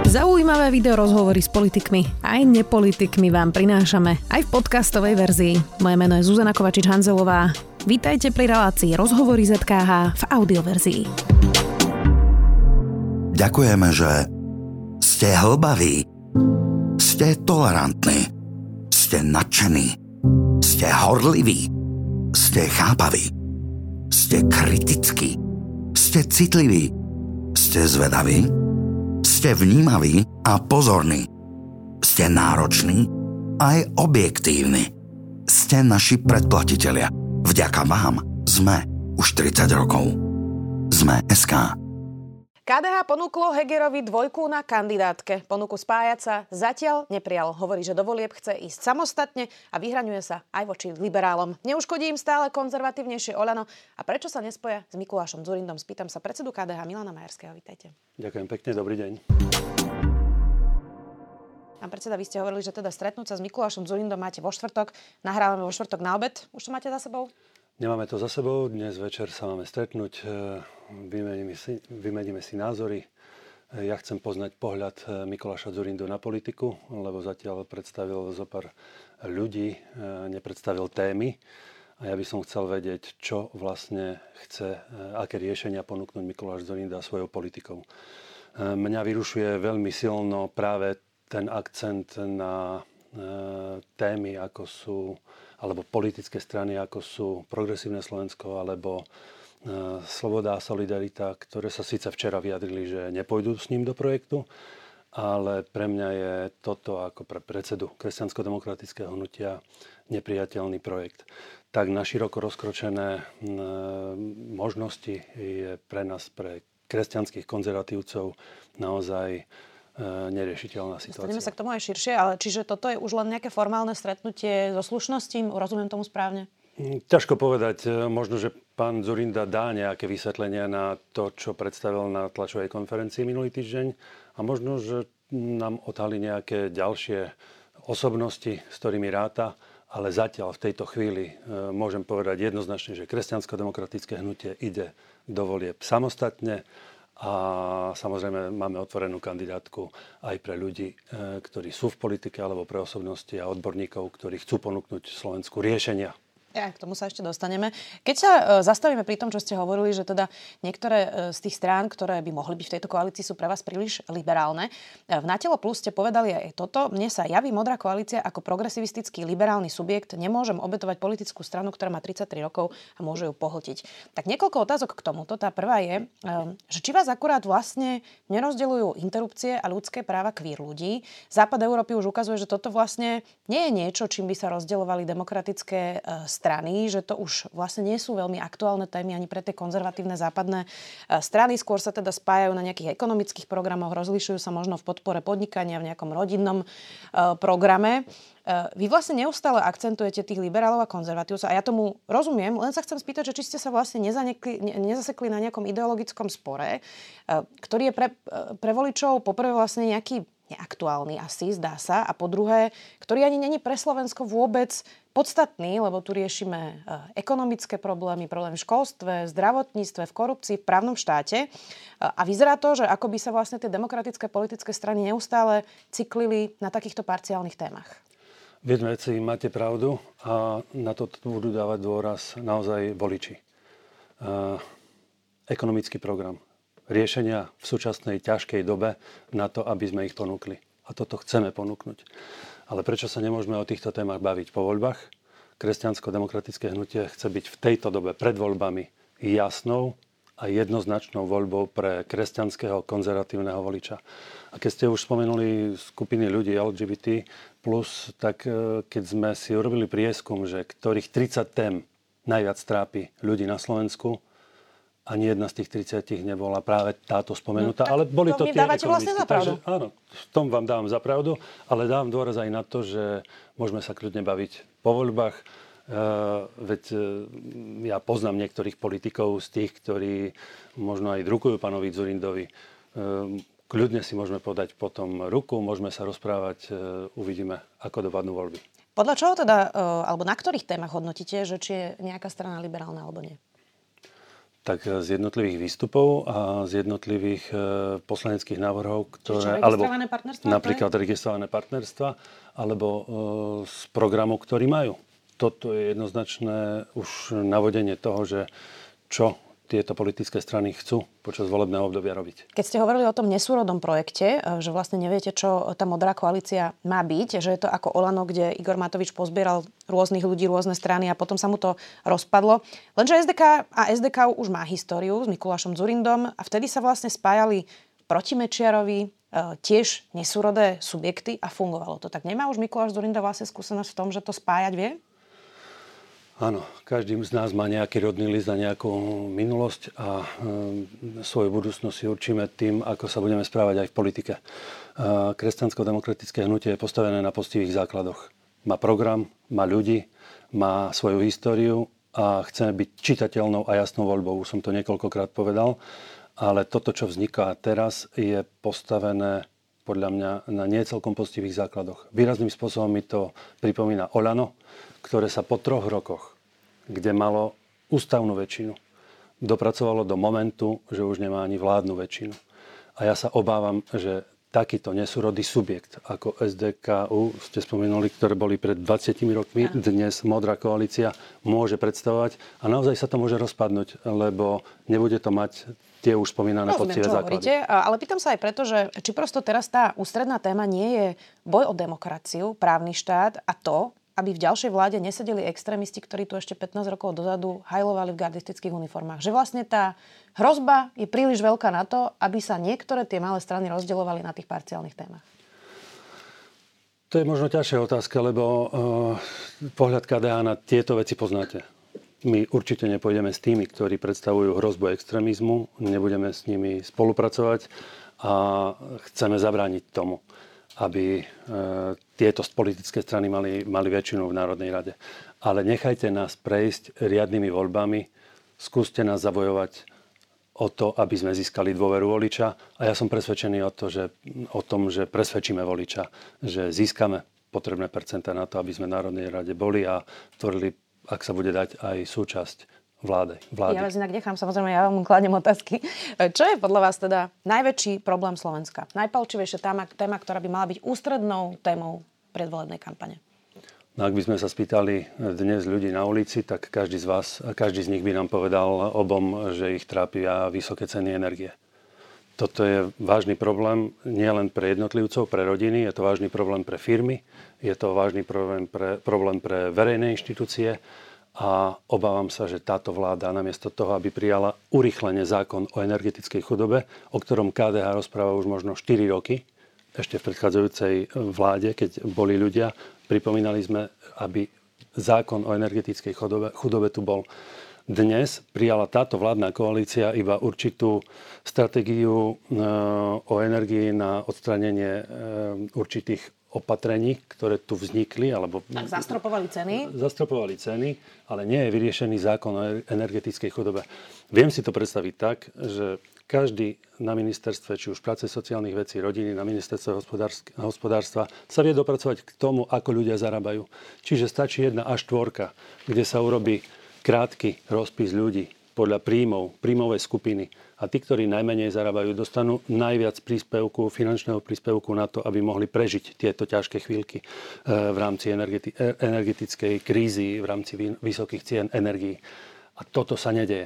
Zaujímavé videorozhovory s politikmi aj nepolitikmi vám prinášame aj v podcastovej verzii. Moje meno je Zuzana Kovačič-Hanzelová. Vítajte pri relácii Rozhovory ZKH v audioverzii. Ďakujeme, že ste hlbaví, ste tolerantní, ste nadšení, ste horliví, ste chápaví, ste kritickí, ste citliví, ste zvedaví, ste vnímaví a pozorní. Ste nároční aj objektívni. Ste naši predplatitelia. Vďaka vám sme už 30 rokov. Sme SK. KDH ponúklo Hegerovi dvojku na kandidátke. Ponuku spájať sa zatiaľ neprijal. Hovorí, že do volieb chce ísť samostatne a vyhraňuje sa aj voči liberálom. Neuškodí im stále konzervatívnejšie Oľano. A prečo sa nespoja s Mikulášom Dzurindom? Spýtam sa predsedu KDH Milana Majerského. Vítajte. Ďakujem pekne, dobrý deň. Pán predseda, vy ste hovorili, že teda stretnúť sa s Mikulášom Dzurindom máte vo štvrtok. Nahrávame vo štvrtok na obed. Už to máte za sebou? Nemáme to za sebou, dnes večer sa máme stretnúť, vymeníme si názory. Ja chcem poznať pohľad Mikuláša Dzurindu na politiku, lebo zatiaľ predstavil zopár ľudí, nepredstavil témy. A ja by som chcel vedieť, čo vlastne chce, aké riešenia ponúknuť Mikuláš Dzurinda svojou politikou. Mňa vyrušuje veľmi silno práve ten akcent na témy, ako sú alebo politické strany, ako sú Progresívne Slovensko alebo Sloboda a Solidarita, ktoré sa síce včera vyjadrili, že nepôjdu s ním do projektu, ale pre mňa je toto ako pre predsedu Kresťansko-demokratického hnutia nepriateľný projekt. Tak na široko rozkročené možnosti je pre nás, pre kresťanských konzervatívcov, naozaj neriešiteľná situácia. Dostaneme sa k tomu aj širšie, ale čiže toto je už len nejaké formálne stretnutie so slušností? Rozumiem tomu správne? Ťažko povedať. Možno, že pán Dzurinda dá nejaké vysvetlenia na to, čo predstavil na tlačovej konferencii minulý týždeň, a možno, že nám odhalí nejaké ďalšie osobnosti, s ktorými ráta, ale zatiaľ v tejto chvíli môžem povedať jednoznačne, že kresťansko-demokratické hnutie ide do volieb samostatne. A samozrejme máme otvorenú kandidátku aj pre ľudí, ktorí sú v politike, alebo pre osobnosti a odborníkov, ktorí chcú ponúknuť Slovensku riešenia. Ja, k tomu sa ešte dostaneme. Keď sa zastavíme pri tom, čo ste hovorili, že teda niektoré z tých strán, ktoré by mohli byť v tejto koalícii, sú pre vás príliš liberálne. V Na telo plus ste povedali aj toto. Mne sa javí modrá koalícia ako progresivistický liberálny subjekt. Nemôžem obetovať politickú stranu, ktorá má 33 rokov a môže ju pohltiť. Tak niekoľko otázok k tomuto. Tá prvá je, že či vás akurát vlastne nerozdeľujú interrupcie a ľudské práva queer ľudí. Západ Európy už ukazuje, že toto vlastne nie je niečo, čím by sa rozdeľovali demokratické strany, že to už vlastne nie sú veľmi aktuálne témy ani pre tie konzervatívne západné strany. Skôr sa teda spájajú na nejakých ekonomických programoch, rozlišujú sa možno v podpore podnikania, v nejakom rodinnom programe. Vy vlastne neustále akcentujete tých liberálov a konzervatívcov a ja tomu rozumiem, len sa chcem spýtať, že či ste sa vlastne nezasekli na nejakom ideologickom spore, ktorý je pre voličov poprvé vlastne nejaký neaktuálny asi, zdá sa, a po druhé, ktorý ani není pre Slovensko vôbec podstatný, lebo tu riešime ekonomické problémy, problém v školstve, zdravotníctve, v korupcii, v právnom štáte. A vyzerá to, že ako by sa vlastne tie demokratické politické strany neustále cyklili na takýchto parciálnych témach. V jednej veci máte pravdu a na to budú dávať dôraz naozaj voliči. Ekonomický program. Riešenia v súčasnej ťažkej dobe na to, aby sme ich ponúkli. A toto chceme ponúknuť. Ale prečo sa nemôžeme o týchto témach baviť po voľbách? Kresťansko-demokratické hnutie chce byť v tejto dobe pred voľbami jasnou a jednoznačnou voľbou pre kresťanského konzervatívneho voliča. A keď ste už spomenuli skupiny ľudí LGBT+, tak keď sme si urobili prieskum, že ktorých 30 tém najviac trápi ľudí na Slovensku, ani jedna z tých 30 nebola práve táto spomenutá, ale boli to tie ekonomické. Vlastne za pravdu. Takže áno, v tom vám dávam za pravdu, ale dávam dôraz aj na to, že môžeme sa kľudne baviť po voľbách. Veď ja poznám niektorých politikov z tých, ktorí možno aj drukujú pánovi Dzurindovi. Kľudne si môžeme podať potom ruku, môžeme sa rozprávať, uvidíme, ako dopadnú voľby. Podľa čoho teda, alebo na ktorých témach hodnotíte, že či je nejaká strana liberálna alebo nie? Tak z jednotlivých výstupov a z jednotlivých poslaneckých návrhov, ktoré... registrované partnerstva? Napríklad registrované partnerstva, alebo z programu, ktorý majú. Toto je jednoznačné už navodenie toho, že čo tieto politické strany chcú počas volebného obdobia robiť. Keď ste hovorili o tom nesúrodom projekte, že vlastne neviete, čo tá modrá koalícia má byť, že je to ako Olano, kde Igor Matovič pozbieral rôznych ľudí, rôzne strany a potom sa mu to rozpadlo. Lenže SDK už má históriu s Mikulášom Dzurindom a vtedy sa vlastne spájali proti Mečiarovi tiež nesúrodé subjekty a fungovalo to. Tak nemá už Mikuláš Dzurinda vlastne skúsenosť v tom, že to spájať vie? Áno, každý z nás má nejaký rodný list a nejakú minulosť a svoju budúcnosť si určíme tým, ako sa budeme správať aj v politike. Kresťansko-demokratické hnutie je postavené na poctivých základoch. Má program, má ľudí, má svoju históriu a chceme byť čitateľnou a jasnou voľbou. Už som to niekoľkokrát povedal, ale toto, čo vzniká teraz, je postavené podľa mňa na nie celkom poctivých základoch. Výrazným spôsobom mi to pripomína Olano, ktoré sa po 3 rokoch, kde malo ústavnú väčšinu, dopracovalo do momentu, že už nemá ani vládnu väčšinu. A ja sa obávam, že takýto nesúrodý subjekt ako SDKU, ste spomenuli, ktoré boli pred 20 rokmi, dnes modrá koalícia môže predstavovať a naozaj sa to môže rozpadnúť, lebo nebude to mať tie už spomínané poctivé základy. Hovoríte, ale pýtam sa aj preto, že či prosto teraz tá ústredná téma nie je boj o demokraciu, právny štát a to, aby v ďalšej vláde nesedeli extrémisti, ktorí tu ešte 15 rokov dozadu hajlovali v gardistických uniformách. Že vlastne tá hrozba je príliš veľká na to, aby sa niektoré tie malé strany rozdeľovali na tých parciálnych témach. To je možno ťažšia otázka, lebo pohľad KDH na tieto veci poznáte. My určite nepôjdeme s tými, ktorí predstavujú hrozbu extrémizmu, nebudeme s nimi spolupracovať a chceme zabrániť tomu, aby tieto politické strany mali väčšinu v Národnej rade. Ale nechajte nás prejsť riadnymi voľbami, skúste nás zabojovať o to, aby sme získali dôveru voliča. A ja som presvedčený o tom, že presvedčíme voliča, že získame potrebné percentá na to, aby sme v Národnej rade boli a tvorili, ak sa bude dať, aj súčasť vlády. Ja vás inak nechám, samozrejme, ja vám kladem otázky. Čo je podľa vás teda najväčší problém Slovenska? Najpalčivejšia téma, ktorá by mala byť ústrednou témou predvolebnej kampane? No, ak by sme sa spýtali dnes ľudí na ulici, tak každý z nich by nám povedal obom, že ich trápia vysoké ceny energie. Toto je vážny problém nielen pre jednotlivcov, pre rodiny, je to vážny problém pre firmy, je to vážny problém pre verejné inštitúcie. A obávam sa, že táto vláda namiesto toho, aby prijala urýchlene zákon o energetickej chudobe, o ktorom KDH rozpráva už možno 4 roky, ešte v predchádzajúcej vláde, keď boli ľudia, pripomínali sme, aby zákon o energetickej chudobe tu bol. Dnes prijala táto vládna koalícia iba určitú stratégiu o energii na odstránenie určitých opatrení, ktoré tu vznikli, alebo... Tak zastropovali ceny? Zastropovali ceny, ale nie je vyriešený zákon o energetickej chudobe. Viem si to predstaviť tak, že každý na ministerstve, či už práce sociálnych vecí, rodiny, na ministerstve hospodárstva sa vie dopracovať k tomu, ako ľudia zarábajú. Čiže stačí 1 až 4, kde sa urobí krátky rozpis ľudí podľa príjmovej skupiny. A tí, ktorí najmenej zarábajú, dostanú najviac finančného príspevku na to, aby mohli prežiť tieto ťažké chvíľky v rámci energetickej krízy, v rámci vysokých cien energií. A toto sa nedeje.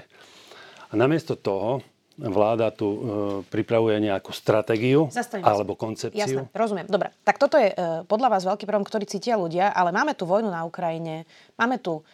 A namiesto toho vláda tu pripravuje nejakú stratégiu alebo koncepciu. Jasné, rozumiem. Dobre, tak toto je podľa vás veľký problém, ktorý cítia ľudia, ale máme tu vojnu na Ukrajine, máme tu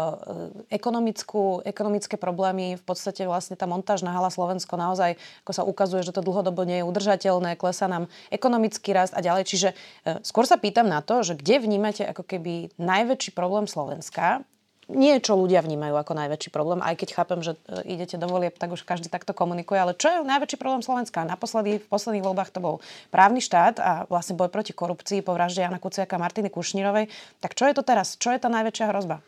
ekonomické problémy, v podstate vlastne tá montážna hala Slovensko naozaj, ako sa ukazuje, že to dlhodobo nie je udržateľné, klesá nám ekonomický rast a ďalej. Čiže skôr sa pýtam na to, že kde vnímate ako keby najväčší problém Slovenska, nie čo ľudia vnímajú ako najväčší problém, aj keď chápem, že idete do volieb, tak už každý takto komunikuje, ale čo je najväčší problém Slovenska? Naposledy v posledných voľbách to bol právny štát a vlastne boj proti korupcii po vražde Jana Kuciaka a Martiny Kušnírovej. Tak čo je to teraz? Čo je tá najväčšia hrozba?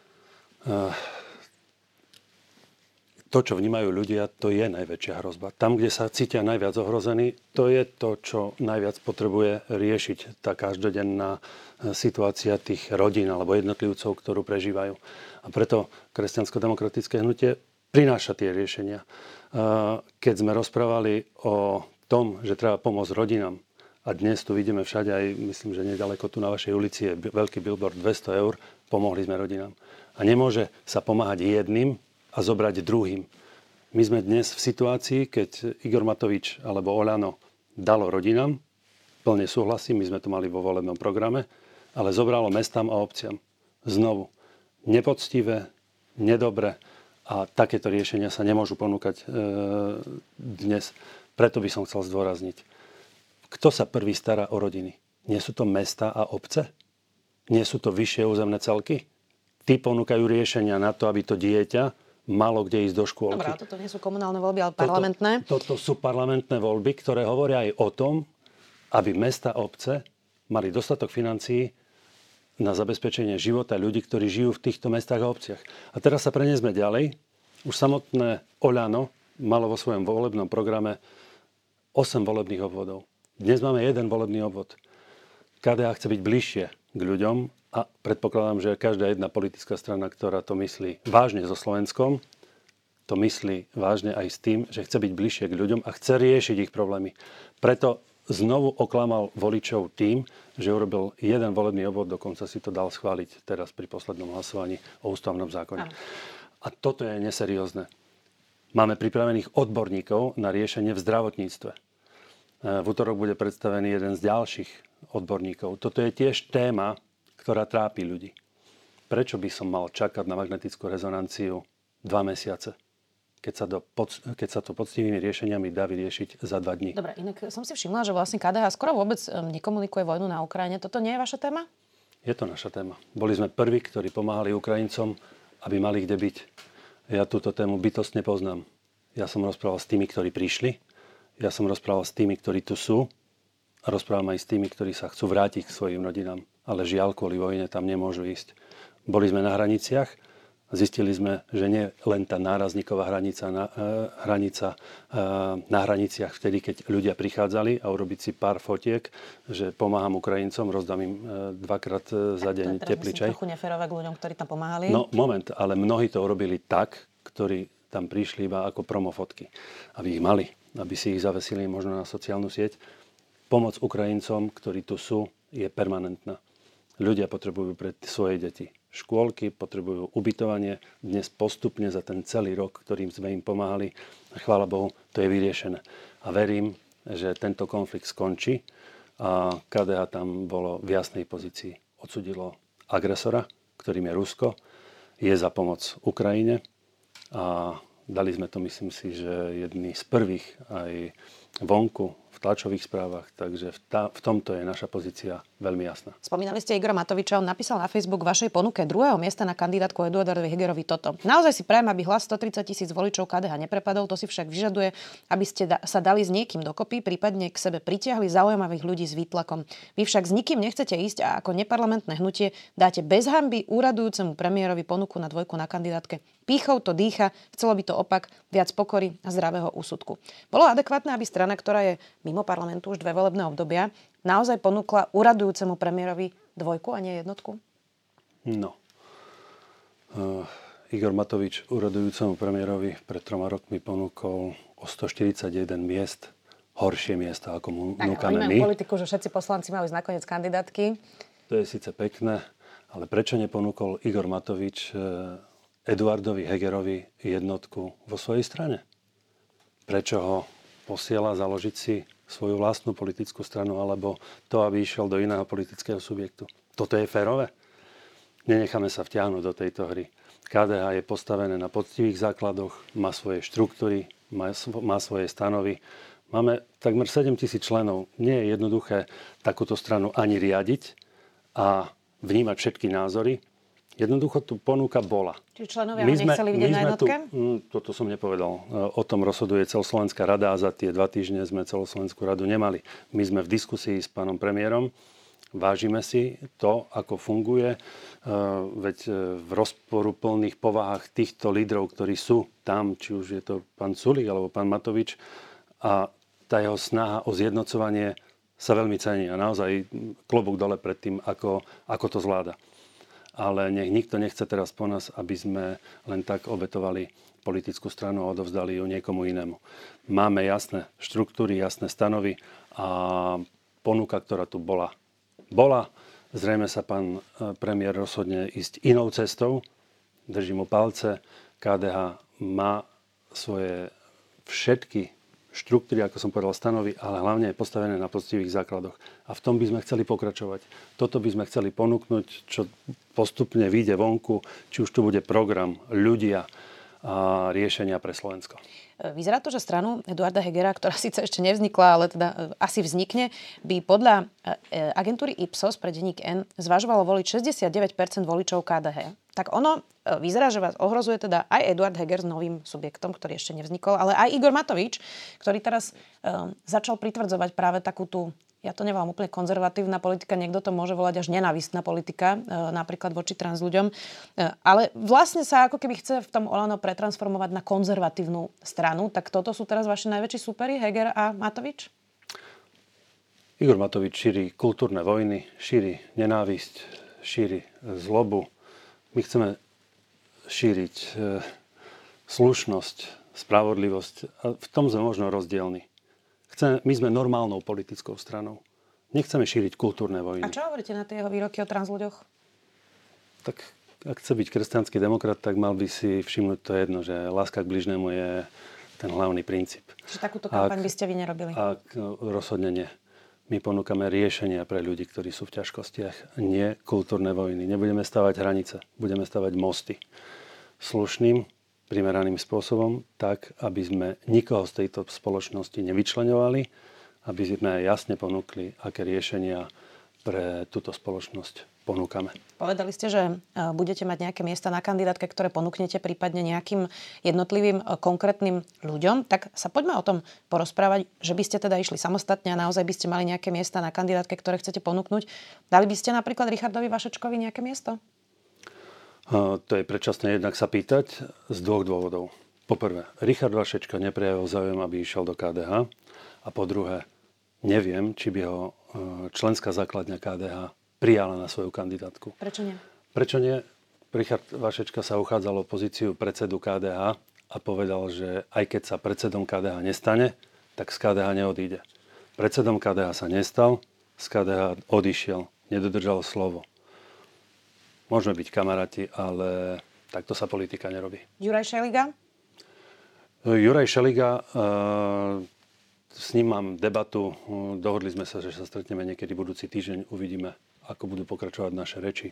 To, čo vnímajú ľudia, to je najväčšia hrozba. Tam, kde sa cítia najviac ohrození, to je to, čo najviac potrebuje riešiť tá každodenná situácia tých rodín alebo jednotlivcov, ktorú prežívajú. A preto kresťansko-demokratické hnutie prináša tie riešenia. Keď sme rozprávali o tom, že treba pomôcť rodinám, a dnes tu vidíme všade, aj myslím, že nedaleko tu na vašej ulici je veľký billboard 200 eur, pomohli sme rodinám. A nemôže sa pomáhať jedným a zobrať druhým. My sme dnes v situácii, keď Igor Matovič alebo Oľano dalo rodinám, plne súhlasím, my sme to mali vo volebnom programe, ale zobralo mestám a obciam. Znovu, nepoctivé, nedobre a takéto riešenia sa nemôžu ponúkať dnes. Preto by som chcel zdôrazniť. Kto sa prvý stará o rodiny? Nie sú to mesta a obce? Nie sú to vyššie územné celky? Tí ponúkajú riešenia na to, aby to dieťa malo kde ísť do škôlky. Dobrá, toto nie sú komunálne voľby, ale parlamentné. Toto sú parlamentné voľby, ktoré hovoria aj o tom, aby mesta a obce mali dostatok financií na zabezpečenie života ľudí, ktorí žijú v týchto mestách a obciach. A teraz sa preniesme ďalej. Už samotné Oľano malo vo svojom volebnom programe 8 volebných obvodov. Dnes máme jeden volebný obvod. KDH chce byť bližšie k ľuďom a predpokladám, že každá jedna politická strana, ktorá to myslí vážne so Slovenskom, to myslí vážne aj s tým, že chce byť bližšie k ľuďom a chce riešiť ich problémy. Preto znovu oklamal voličov tým, že urobil jeden volebný obvod, dokonca si to dal schváliť teraz pri poslednom hlasovaní o ústavnom zákone. A toto je neseriózne. Máme pripravených odborníkov na riešenie v zdravotníctve. V utorok bude predstavený jeden z ďalších odborníkov. Toto je tiež téma, ktorá trápi ľudí. Prečo by som mal čakať na magnetickú rezonanciu 2 mesiace, keď sa to poctivými riešeniami dá vyriešiť za 2 dní? Dobre, inak som si všimla, že vlastne KDH skoro vôbec nekomunikuje vojnu na Ukrajine. Toto nie je vaša téma? Je to naša téma. Boli sme prví, ktorí pomáhali Ukrajincom, aby mali kde byť. Ja túto tému bytostne poznám. Ja som rozprával s tými, ktorí prišli. Ja som rozprával s tými, ktorí tu sú a rozprávam aj s tými, ktorí sa chcú vrátiť k svojim rodinám. Ale žiaľ, kvôli vojne tam nemôžu ísť. Boli sme na hraniciach a zistili sme, že nie len tá nárazníková hranica na hraniciach vtedy, keď ľudia prichádzali a urobiť si pár fotiek, že pomáham Ukrajincom, rozdám im 2-krát za deň teplý čaj. To je trochu neférové k ľuďom, ktorí tam pomáhali. No, moment, ale mnohí to urobili tak, ktorí tam prišli iba ako promofotky, aby ich mali, aby si ich zavesili možno na sociálnu sieť. Pomoc Ukrajincom, ktorí tu sú, je permanentná. Ľudia potrebujú pre svoje deti škôlky, potrebujú ubytovanie. Dnes postupne za ten celý rok, ktorým sme im pomáhali, a chvála Bohu, to je vyriešené. A verím, že tento konflikt skončí a KDH tam bolo v jasnej pozícii. Odsudilo agresora, ktorým je Rusko, je za pomoc Ukrajine a dali sme to, myslím si, že jedni z prvých aj vonku v tlačových správach, takže v tomto je naša pozícia veľmi jasná. Spomínali ste Igora Matoviča, on napísal na Facebook vašej ponuke druhého miesta na kandidátku Eduardovi Hegerovi toto. Naozaj si prajem, aby hlas 130 000 voličov KDH neprepadol, to si však vyžaduje, aby ste sa dali s niekým dokopy, prípadne k sebe pritiahli zaujímavých ľudí s výtlakom. Vy však s nikým nechcete ísť a ako neparlamentné hnutie dáte bez hanby úradujúcemu premiérovi ponuku na dvojku na kandidátke. Pýchou to dýcha, chcelo by to opak, viac pokory a zdravého úsudku. Bolo adekvátne, aby strana, ktorá je mimo parlamentu už 2 volebné obdobia, naozaj ponúkla uradujúcemu premiérovi dvojku a nie jednotku? No. Igor Matovič uradujúcemu premiérovi pred 3 rokmi ponúkol o 141 miest horšie miesta, ako mu núkame my. Tak, politiku, že všetci poslanci majú ísť nakoniec kandidátky. To je síce pekné, ale prečo neponúkol Igor Matovič Eduardovi Hegerovi jednotku vo svojej strane? Prečo ho posiela založiť si svoju vlastnú politickú stranu alebo to, aby išiel do iného politického subjektu? Toto je férové? Nenecháme sa vtiahnuť do tejto hry. KDH je postavené na poctivých základoch, má svoje štruktúry, má svoje stanovy. Máme takmer 7 000 členov. Nie je jednoduché takúto stranu ani riadiť a vnímať všetky názory. Jednoducho tu ponuka bola. Čiže členovia ho nechceli vidieť na jednotke? Toto som nepovedal. O tom rozhoduje celoslovenská rada a za tie 2 týždne sme celoslovenskú radu nemali. My sme v diskusii s pánom premiérom. Vážime si to, ako funguje. Veď v rozporuplných povahách týchto lídrov, ktorí sú tam, či už je to pán Sulík alebo pán Matovič, a tá jeho snaha o zjednocovanie sa veľmi cení. A naozaj klobúk dole pred tým, ako to zvláda. ale nech nikto nechce teraz po nás, aby sme len tak obetovali politickú stranu a odovzdali ju niekomu inému. Máme jasné štruktúry, jasné stanovy a ponuka, ktorá tu bola. Zrejme sa pán premiér rozhodne ísť inou cestou. Držím mu palce. KDH má svoje všetky štruktúry, ako som povedal, stanovy, ale hlavne je postavené na poctivých základoch. A v tom by sme chceli pokračovať. Toto by sme chceli ponúknuť, čo postupne vyjde vonku, či už tu bude program, ľudia a riešenia pre Slovensko. Vyzerá to, že stranu Eduarda Hegera, ktorá síce ešte nevznikla, ale teda asi vznikne, by podľa agentúry Ipsos pre denník N zvažovalo voliť 69% voličov KDH. Tak ono vyzerá, že vás ohrozuje teda aj Eduard Heger s novým subjektom, ktorý ešte nevznikol, ale aj Igor Matovič, ktorý teraz začal pritvrdzovať práve takú tú, ja to nevolám úplne konzervatívna politika, niekto to môže volať až nenávistná politika, napríklad voči trans ľuďom, ale vlastne sa ako keby chce v tom Olano pretransformovať na konzervatívnu stranu. Tak toto sú teraz vaši najväčší súperi, Heger a Matovič? Igor Matovič šíri kultúrne vojny, šíri nenávisť, šíri zlobu. My chceme šíriť slušnosť, spravodlivosť a v tom sme možno rozdielni. My sme normálnou politickou stranou. Nechceme šíriť kultúrne vojny. A čo hovoríte na tie jeho výroky o transľuďoch? Tak ak chce byť kresťanský demokrat, tak mal by si všimnúť to jedno, že láska k bližnému je ten hlavný princíp. Čiže takúto kampaň by ste vy nerobili? Rozhodne nie. My ponúkame riešenia pre ľudí, ktorí sú v ťažkostiach. Nie kultúrne vojny. Nebudeme stavať hranice. Budeme stavať mosty. Slušným, primeraným spôsobom, tak, aby sme nikoho z tejto spoločnosti nevyčleňovali, aby sme jasne ponúkli, aké riešenia pre túto spoločnosť ponúkame. Povedali ste, že budete mať nejaké miesta na kandidátke, ktoré ponúknete prípadne nejakým jednotlivým konkrétnym ľuďom. Tak sa poďme o tom porozprávať, že by ste teda išli samostatne a naozaj by ste mali nejaké miesta na kandidátke, ktoré chcete ponúknuť. Dali by ste napríklad Richardovi Vašečkovi nejaké miesto? To je predčasné jednak sa pýtať z dvoch dôvodov. Po prvé, Richard Vašečka neprejavil záujem, aby išiel do KDH. A po druhé, neviem, či by ho členská základňa KDH prijala na svoju kandidátku. Prečo nie? Prečo nie? Richard Vašečka sa uchádzal o pozíciu predsedu KDH a povedal, že aj keď sa predsedom KDH nestane, tak z KDH neodíde. Predsedom KDH sa nestal, z KDH odišiel, nedodržal slovo. Môžeme byť kamaráti, ale takto sa politika nerobí. Juraj Šeliga? Juraj Šeliga, s ním mám debatu. Dohodli sme sa, že sa stretneme niekedy budúci týždeň. Uvidíme, ako budú pokračovať naše reči.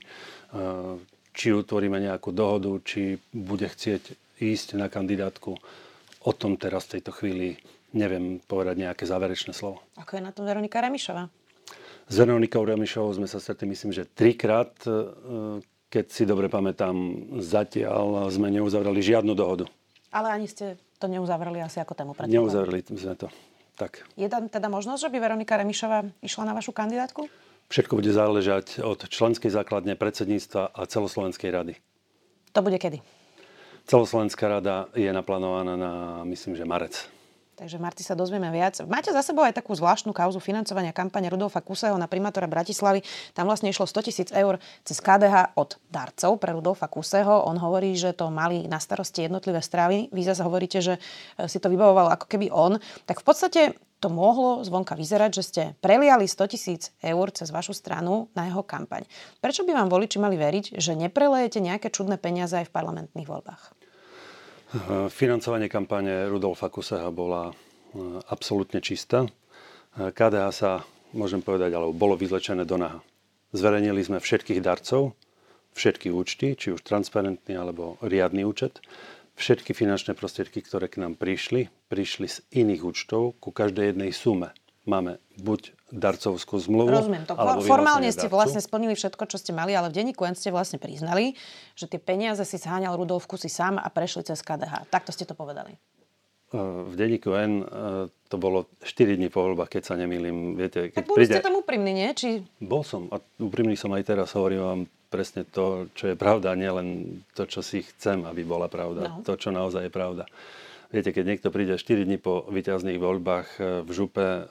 Či utvoríme nejakú dohodu, či bude chcieť ísť na kandidátku. O tom teraz v tejto chvíli neviem povedať nejaké záverečné slovo. Ako je na tom Veronika Remišová? S Veronikou Remišovou sme sa stretli, myslím, že 3-krát. Keď si dobre pamätám, zatiaľ sme neuzavreli žiadnu dohodu. Ale ani ste to neuzavreli asi ako tému predtým. Neuzavreli sme to. Tak. Je tam teda možnosť, že by Veronika Remišová išla na vašu kandidátku? Všetko bude záležať od členskej základne predsedníctva a celoslovenskej rady. To bude kedy? Celoslovenská rada je naplánovaná na, myslím, že marec. Takže v marci sa dozvieme viac. Máte za sebou aj takú zvláštnu kauzu financovania kampane Rudolfa Kuseho na primátora Bratislavy. Tam vlastne išlo 100 000 eur cez KDH od darcov pre Rudolfa Kuseho. On hovorí, že to mali na starosti jednotlivé strany. Vy zase hovoríte, že si to vybavoval ako keby on. Tak v podstate to mohlo zvonka vyzerať, že ste preliali 100 000 eur cez vašu stranu na jeho kampaň. Prečo by vám voliči mali veriť, že neprelejete nejaké čudné peniaze aj v parlamentných voľbách? Financovanie kampane Rudolfa Kuseha bola absolútne čistá. KDH sa, môžem povedať, alebo bolo vyzlečené do naha. Zverejnili sme všetkých darcov, všetky účty, či už transparentný alebo riadny účet. Všetky finančné prostriedky, ktoré k nám prišli z iných účtov ku každej jednej sume. Máme buď darcovskú zmluvu. Rozumiem to. Formálne ste vlastne splnili všetko, čo ste mali, ale v denníku N ste vlastne priznali, že tie peniaze si zháňal Rudolf Kusy sám a prešli cez KDH. Takto ste to povedali. V denníku N to bolo 4 dní po voľbách, keď sa nemýlim. Viete, keď tak boli ste tam úprimní, nie? Bol som. A úprimný som aj teraz. Hovorím vám presne to, čo je pravda, nielen to, čo si chcem, aby bola pravda. No. To, čo naozaj je pravda. Viete, keď niekto príde 4 dní po víťazných voľbách v župe, v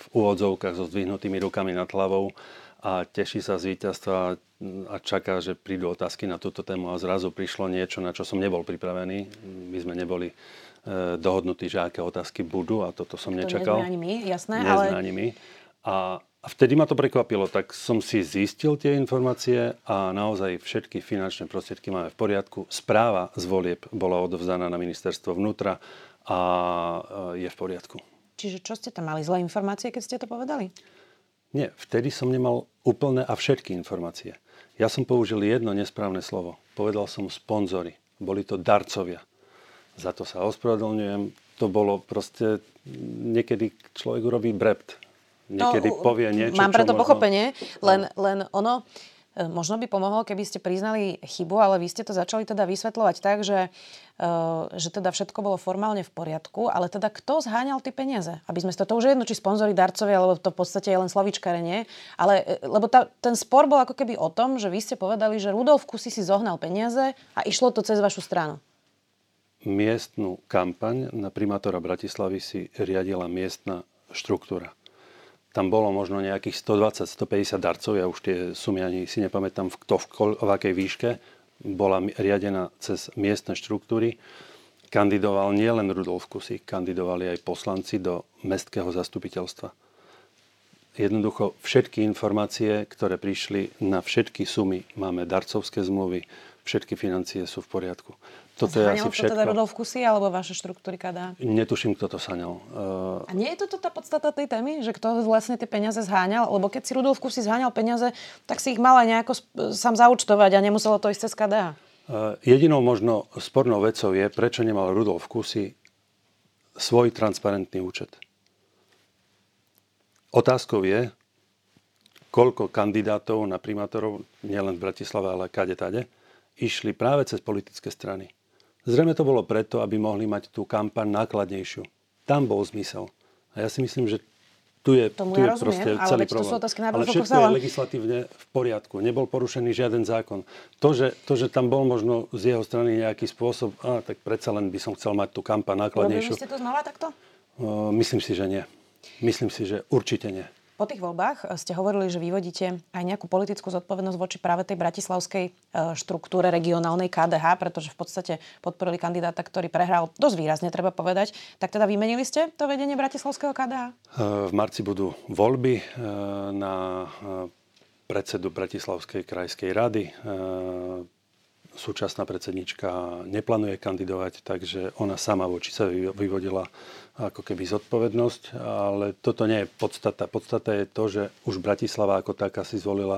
v úvodzovkách so zdvihnutými rukami nad hlavou a teší sa z víťazstva a čaká, že prídu otázky na túto tému a zrazu prišlo niečo, na čo som nebol pripravený. My sme neboli dohodnutí, že aké otázky budú a toto som nečakal. Nie sme ani my, jasné. Nie sme ani my. A vtedy ma to prekvapilo, tak som si zistil tie informácie a naozaj všetky finančné prostriedky máme v poriadku. Správa z volieb bola odovzdaná na ministerstvo vnútra a je v poriadku. Čiže čo ste tam mali? Zlé informácie, keď ste to povedali? Nie, vtedy som nemal úplné a všetky informácie. Ja som použil jedno nesprávne slovo. Povedal som sponzori. Boli to darcovia. Za to sa ospravedlňujem. To bolo proste... Niekedy človek urobí brept. Niekedy povie niečo, mám preto čo možno... pochopenie, len ono... Možno by pomohlo, keby ste priznali chybu, ale vy ste to začali teda vysvetľovať tak, že teda všetko bolo formálne v poriadku, ale teda kto zháňal tie peniaze? Aby sme to už je jedno, či sponzori, darcovia, alebo to v podstate je len slovíčkarenie, ale lebo ten spor bol ako keby o tom, že vy ste povedali, že Rudolf Kusy si zohnal peniaze a išlo to cez vašu stranu. Miestnu kampaň na primátora Bratislavy si riadila miestna štruktúra. Tam bolo možno nejakých 120-150 darcov, ja už tie sumy ani si nepamätám v akej výške. Bola riadená cez miestne štruktúry. Kandidoval nielen Rudolf Kusy, kandidovali aj poslanci do mestského zastupiteľstva. Jednoducho všetky informácie, ktoré prišli na všetky sumy, máme darcovské zmluvy, všetky financie sú v poriadku. Toto je asi všetko. To teda Rudolf Kusy alebo vaše štruktúry KDH? Netuším, kto to saňal. A nie je to tá podstata tej témy, že kto vlastne tie peniaze zháňal? Lebo keď si Rudolf Kusy zháňal peniaze, tak si ich mal aj nejako sám zaúčtovať a nemuselo to ísť cez KDH. Jedinou možno spornou vecou je, prečo nemal Rudolf Kusy svoj transparentný účet. Otázkou je, koľko kandidátov na primátorov, nielen v Bratislave, ale kade-tade, išli práve cez politické strany. Zrejme to bolo preto, aby mohli mať tú kampaň nákladnejšiu. Tam bol zmysel. A ja si myslím, že tu je proste celý problém. Ale všetko je legislatívne v poriadku. Nebol porušený žiaden zákon. To, že tam bol možno z jeho strany nejaký spôsob, tak predsa len by som chcel mať tú kampaň nákladnejšiu. Robili ste to znova takto? Myslím si, že nie. Myslím si, že určite nie. Po tých voľbách ste hovorili, že vyvodíte aj nejakú politickú zodpovednosť voči práve tej bratislavskej štruktúre regionálnej KDH, pretože v podstate podporili kandidáta, ktorý prehral dosť výrazne, treba povedať. Tak teda vymenili ste to vedenie bratislavského KDH? V marci budú voľby na predsedu Bratislavskej krajskej rady. Súčasná predsednička neplánuje kandidovať, takže ona sama voči sa vyvodila ako keby zodpovednosť, ale toto nie je podstata. Podstata je to, že už Bratislava ako taká si zvolila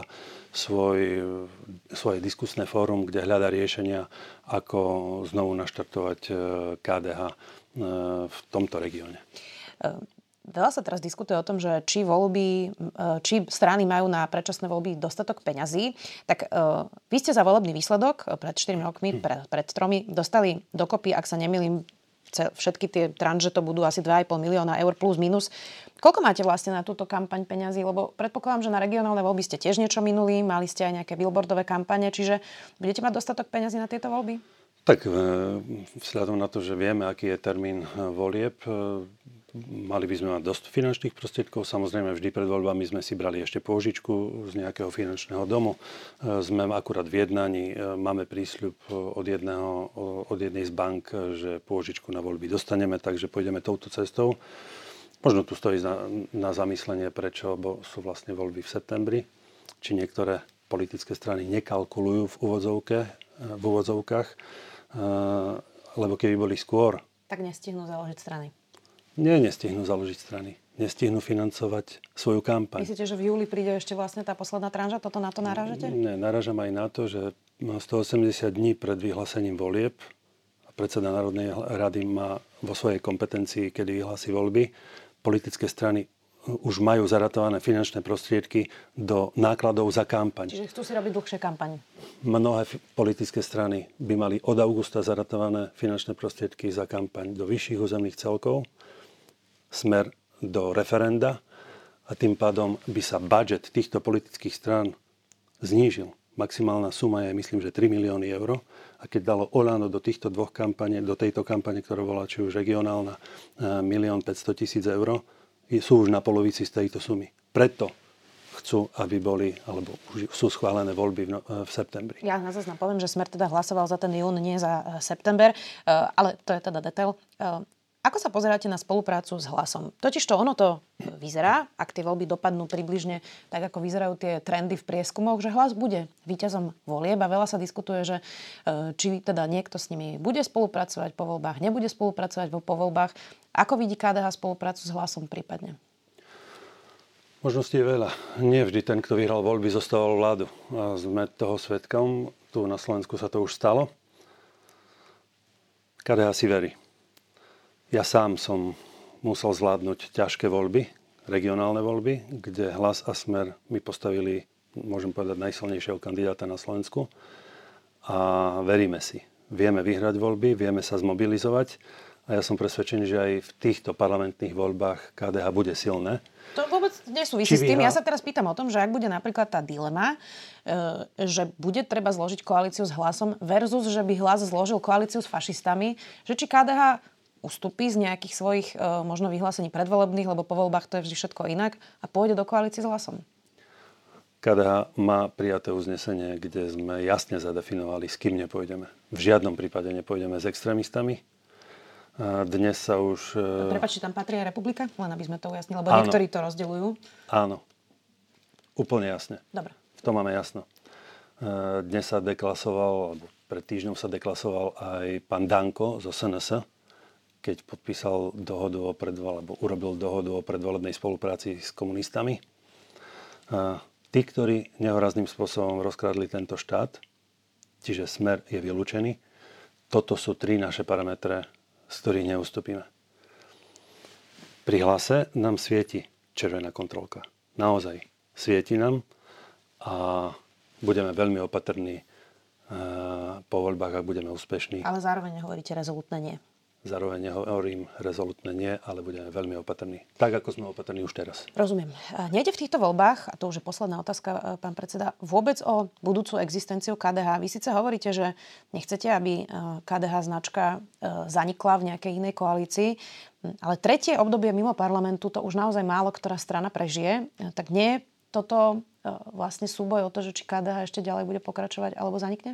svoje diskusné fórum, kde hľadá riešenia, ako znovu naštartovať KDH v tomto regióne. Veľa sa teraz diskutuje o tom, že či strany majú na predčasné voľby dostatok peňazí. Tak vy ste za volebný výsledok pred 4 rokmi, pred 3 dostali dokopy, ak sa nemýlim, všetky tie tranže to budú asi 2,5 milióna eur plus minus. Koľko máte vlastne na túto kampaň peňazí? Lebo predpokladám, že na regionálne voľby ste tiež niečo minuli, mali ste aj nejaké billboardové kampane, čiže budete mať dostatok peňazí na tieto voľby? Tak vzhľadom na to, že vieme, aký je termín volieb, mali by sme mať dosť finančných prostriedkov. Samozrejme, vždy pred voľbami sme si brali ešte pôžičku z nejakého finančného domu. Sme akurát v jednaní, máme prísľub od jednej z bank, že pôžičku na voľby dostaneme, takže pôjdeme touto cestou. Možno tu stojí na zamyslenie, prečo sú vlastne voľby v septembri. Či niektoré politické strany nekalkulujú v úvodzovkách, lebo keby boli skôr... Tak nestihnú založiť strany. Nestihnú založiť strany. Nestihnú financovať svoju kampaň. Myslíte, že v júli príde ešte vlastne tá posledná tranža? Toto na to narážete? Nie, narážam aj na to, že 180 dní pred vyhlásením volieb predseda Národnej rady má vo svojej kompetencii, kedy vyhlási voľby, politické strany už majú zaratované finančné prostriedky do nákladov za kampaň. Čiže chcú si robiť dlhšie kampaň. Mnohé politické strany by mali od augusta zaratované finančné prostriedky za kampaň do vyšších územných celkov, smer do referenda a tým pádom by sa budžet týchto politických strán znížil. Maximálna suma je, myslím, že 3 milióny eur. A keď dalo Olano do týchto tejto kampane, ktorá bola či už regionálna, 1 500 000 eur, sú už na polovici z tejto sumy. Preto chcú, aby boli, alebo už sú schválené voľby v septembri. Ja na záznam poviem, že Smer teda hlasoval za ten jún, nie za september, ale to je teda detail. Ako sa pozeráte na spoluprácu s Hlasom? Totižto ono to vyzerá, ak tie voľby dopadnú približne tak, ako vyzerajú tie trendy v prieskumoch, že Hlas bude víťazom volieb a veľa sa diskutuje, že či teda niekto s nimi bude spolupracovať po voľbách, nebude spolupracovať po voľbách. Ako vidí KDH spoluprácu s Hlasom prípadne? Možností je veľa. Nie vždy ten, kto vyhral voľby, zostával vládu. A sme toho svedkom. Tu na Slovensku sa to už stalo. KDH si verí. Ja sám som musel zvládnuť ťažké voľby, regionálne voľby, kde Hlas a Smer mi postavili, môžem povedať, najsilnejšieho kandidáta na Slovensku. A veríme si. Vieme vyhrať voľby, vieme sa zmobilizovať. A ja som presvedčený, že aj v týchto parlamentných voľbách KDH bude silné. To vôbec nesúvisí s tým. Ja sa teraz pýtam o tom, že ak bude napríklad tá dilema, že bude treba zložiť koalíciu s Hlasom versus, že by Hlas zložil koalíciu s fašistami, že či KDH ustupí z nejakých svojich možno vyhlásení predvolebných, lebo po voľbách to je vždy všetko inak a pôjde do koalície s Hlasom. KDH má prijaté uznesenie, kde sme jasne zadefinovali, s kým nepôjdeme. V žiadnom prípade nepôjdeme s extrémistami. Dnes sa už... Prepáčte, tam patrí aj Republika? Len aby sme to ujasnili, lebo niektorí to rozdeľujú. Áno. Úplne jasne. Dobre. V tom máme jasno. Dnes sa deklasoval, alebo pred týždňom sa deklasoval aj pán Danko zo SNS, keď podpísal dohodu alebo urobil dohodu o predvolebnej spolupráci s komunistami. Tí, ktorí nehorazným spôsobom rozkradli tento štát, čiže Smer je vylúčený, toto sú 3 naše parametre, z ktorých neustupíme. Pri Hlase nám svieti červená kontrolka. Naozaj svieti nám a budeme veľmi opatrní po voľbách, ak budeme úspešní. Ale zároveň hovoríte rezolutné nie. Zároveň nehovorím rezolutné nie, ale budeme veľmi opatrní. Tak, ako sme opatrní už teraz. Rozumiem. Nejde v týchto voľbách, a to už je posledná otázka, pán predseda, vôbec o budúcu existenciu KDH. Vy síce hovoríte, že nechcete, aby KDH značka zanikla v nejakej inej koalícii, ale tretie obdobie mimo parlamentu to už naozaj málo ktorá strana prežije. Tak nie je toto vlastne súboj o to, že či KDH ešte ďalej bude pokračovať alebo zanikne?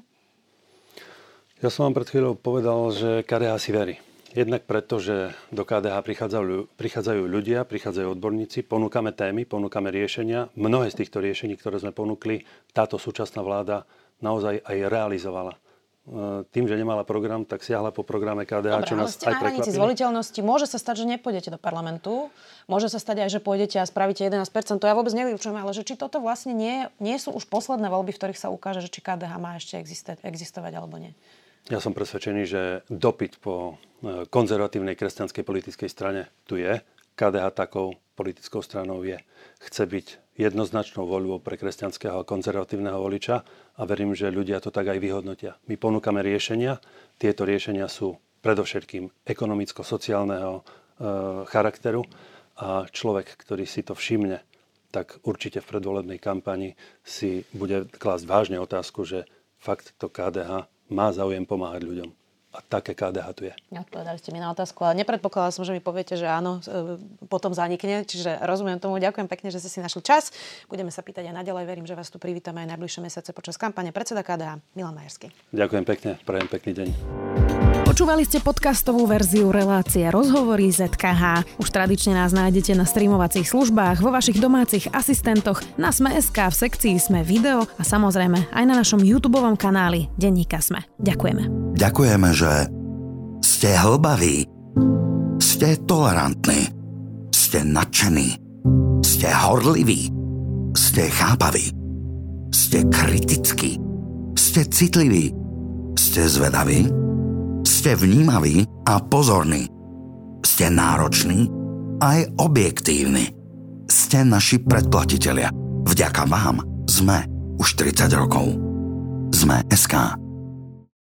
Ja som vám pred chvíľou povedal, že KDH si verí. Jednak preto, že do KDH prichádzajú ľudia, prichádzajú odborníci, ponúkame témy, ponúkame riešenia. Mnohé z týchto riešení, ktoré sme ponúkli, táto súčasná vláda naozaj aj realizovala. Tým, že nemala program, tak siahla po programe KDH, dobre, čo nás aj prekvapilo. Dobre, ale ste na hranici zvoliteľnosti. Môže sa stať, že nepôjdete do parlamentu. Môže sa stať aj, že pôjdete a spravíte 11%. To ja vôbec nevylučujem, ale že či toto vlastne nie sú už posledné voľby, v ktorých sa ukáže, že či KDH má ešte existovať alebo nie. Ja som presvedčený, že dopyt po konzervatívnej kresťanskej politickej strane tu je. KDH takou politickou stranou je. Chce byť jednoznačnou voľbou pre kresťanského a konzervatívneho voliča a verím, že ľudia to tak aj vyhodnotia. My ponúkame riešenia. Tieto riešenia sú predovšetkým ekonomicko-sociálneho charakteru a človek, ktorý si to všimne, tak určite v predvolebnej kampani si bude klásť vážne otázku, že fakt to KDH má záujem pomáhať ľuďom. A také KDH tu je. Odpovedali ste mi na otázku, ale nepredpokladala som, že mi poviete, že áno, potom zanikne. Čiže rozumiem tomu. Ďakujem pekne, že ste si našli čas. Budeme sa pýtať aj naďalej. Verím, že vás tu privítame aj najbližšie mesiace počas kampane. Predseda KDH Milan Majerský. Ďakujem pekne. Prajem pekný deň. Počúvali ste podcastovú verziu relácie Rozhovory ZKH. Už tradične nás nájdete na streamovacích službách, vo vašich domácich asistentoch, na Sme.sk, v sekcii Sme video a samozrejme aj na našom YouTubeovom kanáli Denníka Sme. Ďakujeme. Ďakujeme, že ste hlbaví, ste tolerantní, ste nadšení, ste horliví, ste chápaví, ste kritickí, ste citliví, ste zvedaví, ste vnímaví a pozorní. Ste nároční aj objektívni. Ste naši predplatitelia. Vďaka vám sme už 30 rokov. Sme.sk